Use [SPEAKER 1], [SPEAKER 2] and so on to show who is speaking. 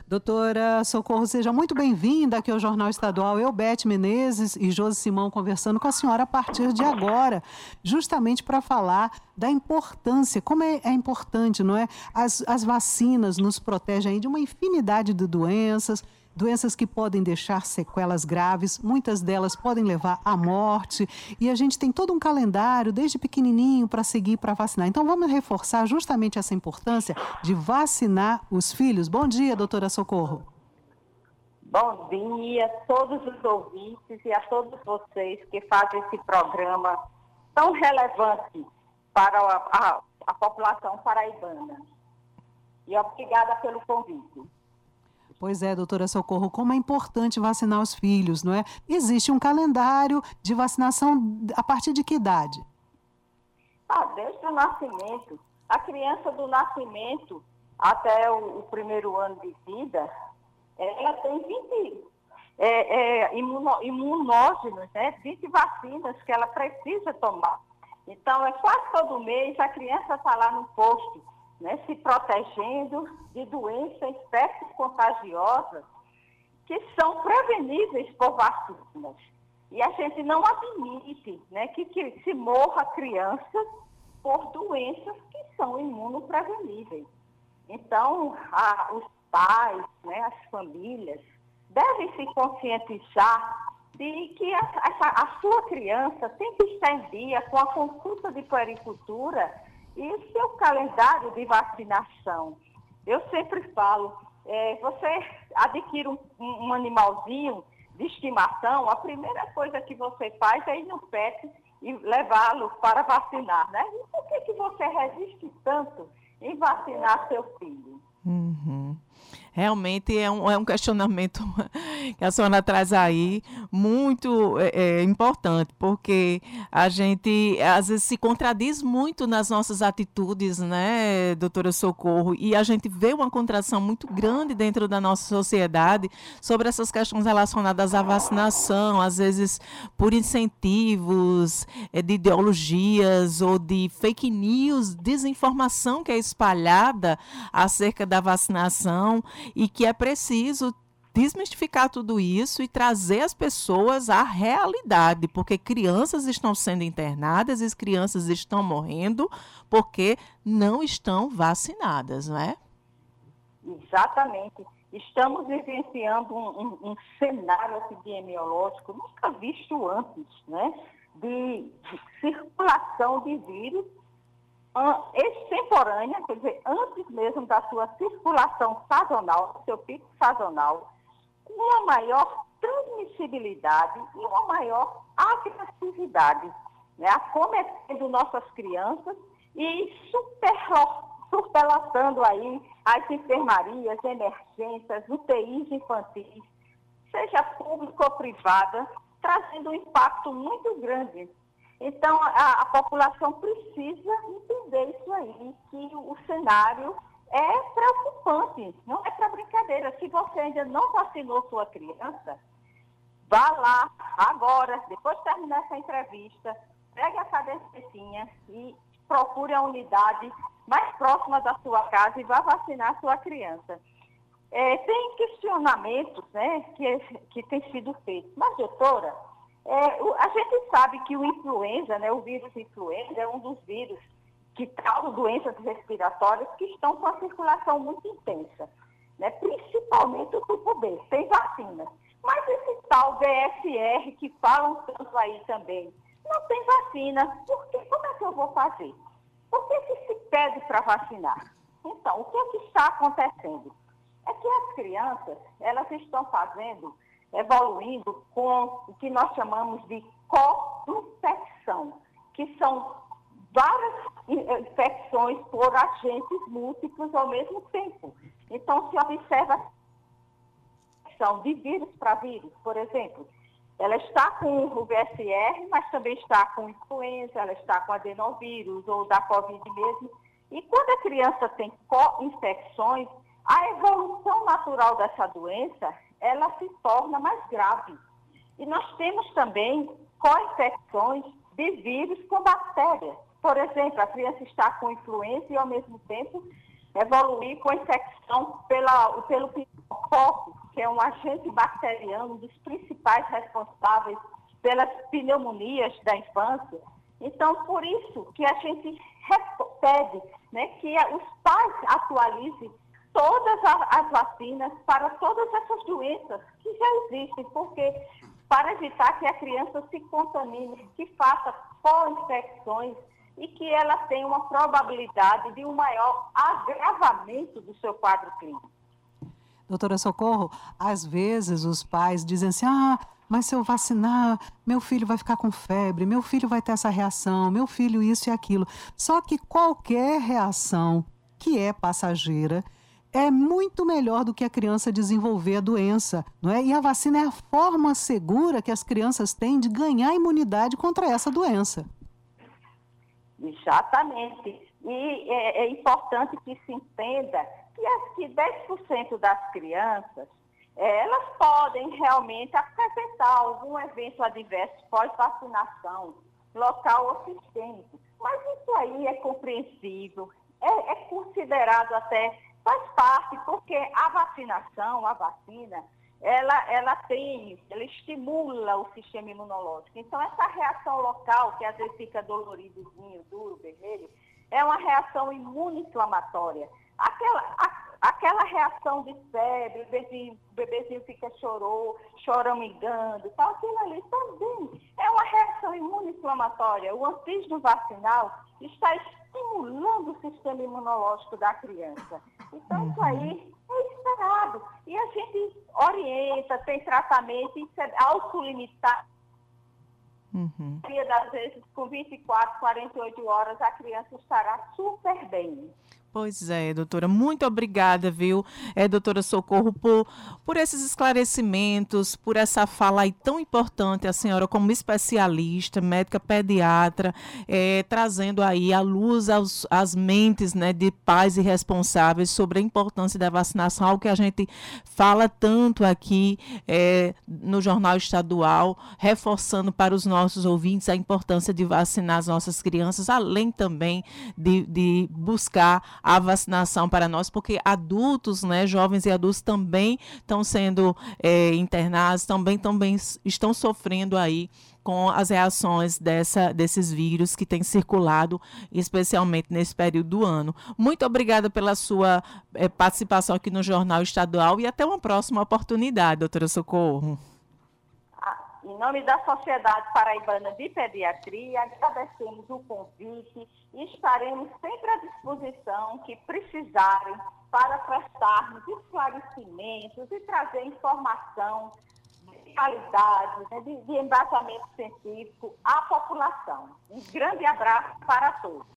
[SPEAKER 1] Doutora Socorro, seja muito bem-vinda aqui ao Jornal Estadual. Eu, Beth Menezes e Josi Simão conversando com a senhora a partir de agora, justamente para falar da importância, como é importante, não é? As vacinas nos protegem aí de uma infinidade de doenças que podem deixar sequelas graves, muitas delas podem levar à morte, e a gente tem todo um calendário, desde pequenininho, para seguir para vacinar. Então, vamos reforçar justamente essa importância de vacinar os filhos. Bom dia, doutora Socorro.
[SPEAKER 2] Bom dia a todos os ouvintes e a todos vocês que fazem esse programa tão relevante para a população paraibana. E obrigada pelo convite.
[SPEAKER 1] Pois é, doutora Socorro, como é importante vacinar os filhos, não é? Existe um calendário de vacinação a partir de que idade?
[SPEAKER 2] Desde o nascimento. A criança do nascimento até o primeiro ano de vida, ela tem 20 imunógenos, né? 20 vacinas que ela precisa tomar. Então, quase todo mês a criança está lá no posto, né, se protegendo de doenças infecto-contagiosas que são preveníveis por vacinas. E a gente não admite, né, que se morra crianças por doenças que são imunopreveníveis. Então, os pais, né, as famílias, devem se conscientizar de que a sua criança tem que estar em dia com a consulta de puericultura e o seu calendário de vacinação. Eu sempre falo, você adquire um animalzinho de estimação, a primeira coisa que você faz é ir no pet e levá-lo para vacinar, né? E por que você resiste tanto em vacinar seu filho?
[SPEAKER 3] Uhum. Realmente é um questionamento que a senhora traz aí muito importante, porque a gente às vezes se contradiz muito nas nossas atitudes, né, doutora Socorro, e a gente vê uma contradição muito grande dentro da nossa sociedade sobre essas questões relacionadas à vacinação, às vezes por incentivos de ideologias ou de fake news, desinformação que é espalhada acerca da vacinação, e que é preciso desmistificar tudo isso e trazer as pessoas à realidade, porque crianças estão sendo internadas e as crianças estão morrendo porque não estão vacinadas, não é?
[SPEAKER 2] Exatamente. Estamos vivenciando um cenário epidemiológico nunca visto antes, né? De circulação de vírus extemporânea, quer dizer, antes mesmo da sua circulação sazonal, do seu pico sazonal, com uma maior transmissibilidade e uma maior agressividade, né, acometendo nossas crianças e superlotando aí as enfermarias, emergências, UTIs infantis, seja pública ou privada, trazendo um impacto muito grande. Então, a população precisa entender isso aí, que o cenário é preocupante, não é para brincadeira. Se você ainda não vacinou sua criança, vá lá agora, depois de terminar essa entrevista, pegue a cadecinha e procure a unidade mais próxima da sua casa e vá vacinar sua criança. Tem questionamentos, né, que tem sido feitos. Mas, doutora, a gente sabe que o influenza, né, o vírus influenza, é um dos vírus que causam doenças respiratórias que estão com a circulação muito intensa, né, principalmente o tipo B. Tem vacina. Mas esse tal VSR que falam tanto aí também, não tem vacina. Por quê? Como é que eu vou fazer? Por que se pede para vacinar? Então, o que é que está acontecendo? É que as crianças, elas estão evoluindo com o que nós chamamos de co-infecção, que são várias infecções por agentes múltiplos ao mesmo tempo. Então, se observa a infecção de vírus para vírus, por exemplo, ela está com o VSR, mas também está com influenza, ela está com adenovírus ou da Covid mesmo. E quando a criança tem co-infecções, a evolução natural dessa doença, ela se torna mais grave. E nós temos também co-infecções de vírus com bactérias. Por exemplo, a criança está com influenza e, ao mesmo tempo, evoluir com infecção pelo pneumococo. estreptococo, que é um agente bacteriano, um dos principais responsáveis pelas pneumonias da infância. Então, por isso que a gente pede, né, que os pais atualizem todas as vacinas para todas essas doenças que já existem, porque para evitar que a criança se contamine, que faça co-infecções e que ela tenha uma probabilidade de um maior agravamento do seu quadro clínico.
[SPEAKER 1] Doutora Socorro, às vezes os pais dizem assim, mas se eu vacinar, meu filho vai ficar com febre, meu filho vai ter essa reação, meu filho isso e aquilo. Só que qualquer reação que é passageira é muito melhor do que a criança desenvolver a doença, não é? E a vacina é a forma segura que as crianças têm de ganhar imunidade contra essa doença.
[SPEAKER 2] Exatamente. E é importante que se entenda que 10% das crianças, elas podem realmente apresentar algum evento adverso pós-vacinação, local ou sistêmico. Mas isso aí é compreensível, é considerado até, faz parte, porque a vacinação, a vacina, ela estimula o sistema imunológico. Então, essa reação local, que às vezes fica doloridozinho, duro, vermelho, é uma reação imuno-inflamatória. Aquela reação de febre, o bebezinho fica choramingando, tal, aquilo ali também é uma reação imuno-inflamatória. O antígeno vacinal está estimulando o sistema imunológico da criança. Então, isso aí é esperado. E a gente orienta, tem tratamento, isso é autolimitado. A maioria das vezes, com 24, 48 horas, a criança estará super bem.
[SPEAKER 3] Pois é, doutora, muito obrigada, viu, doutora Socorro, por esses esclarecimentos, por essa fala aí tão importante, a senhora como especialista, médica pediatra, trazendo aí à luz as mentes, né, de pais e responsáveis sobre a importância da vacinação, algo que a gente fala tanto aqui no Jornal Estadual, reforçando para os nossos ouvintes a importância de vacinar as nossas crianças, além também de buscar a vacinação para nós, porque adultos, né, jovens e adultos também estão sendo internados, também estão sofrendo aí com as reações desses vírus que têm circulado, especialmente nesse período do ano. Muito obrigada pela sua participação aqui no Jornal Estadual e até uma próxima oportunidade, doutora Socorro.
[SPEAKER 2] Em nome da Sociedade Paraibana de Pediatria, agradecemos o convite e estaremos sempre à disposição que precisarem para prestarmos esclarecimentos e trazer informação de qualidade, né, de embasamento científico à população. Um grande abraço para todos.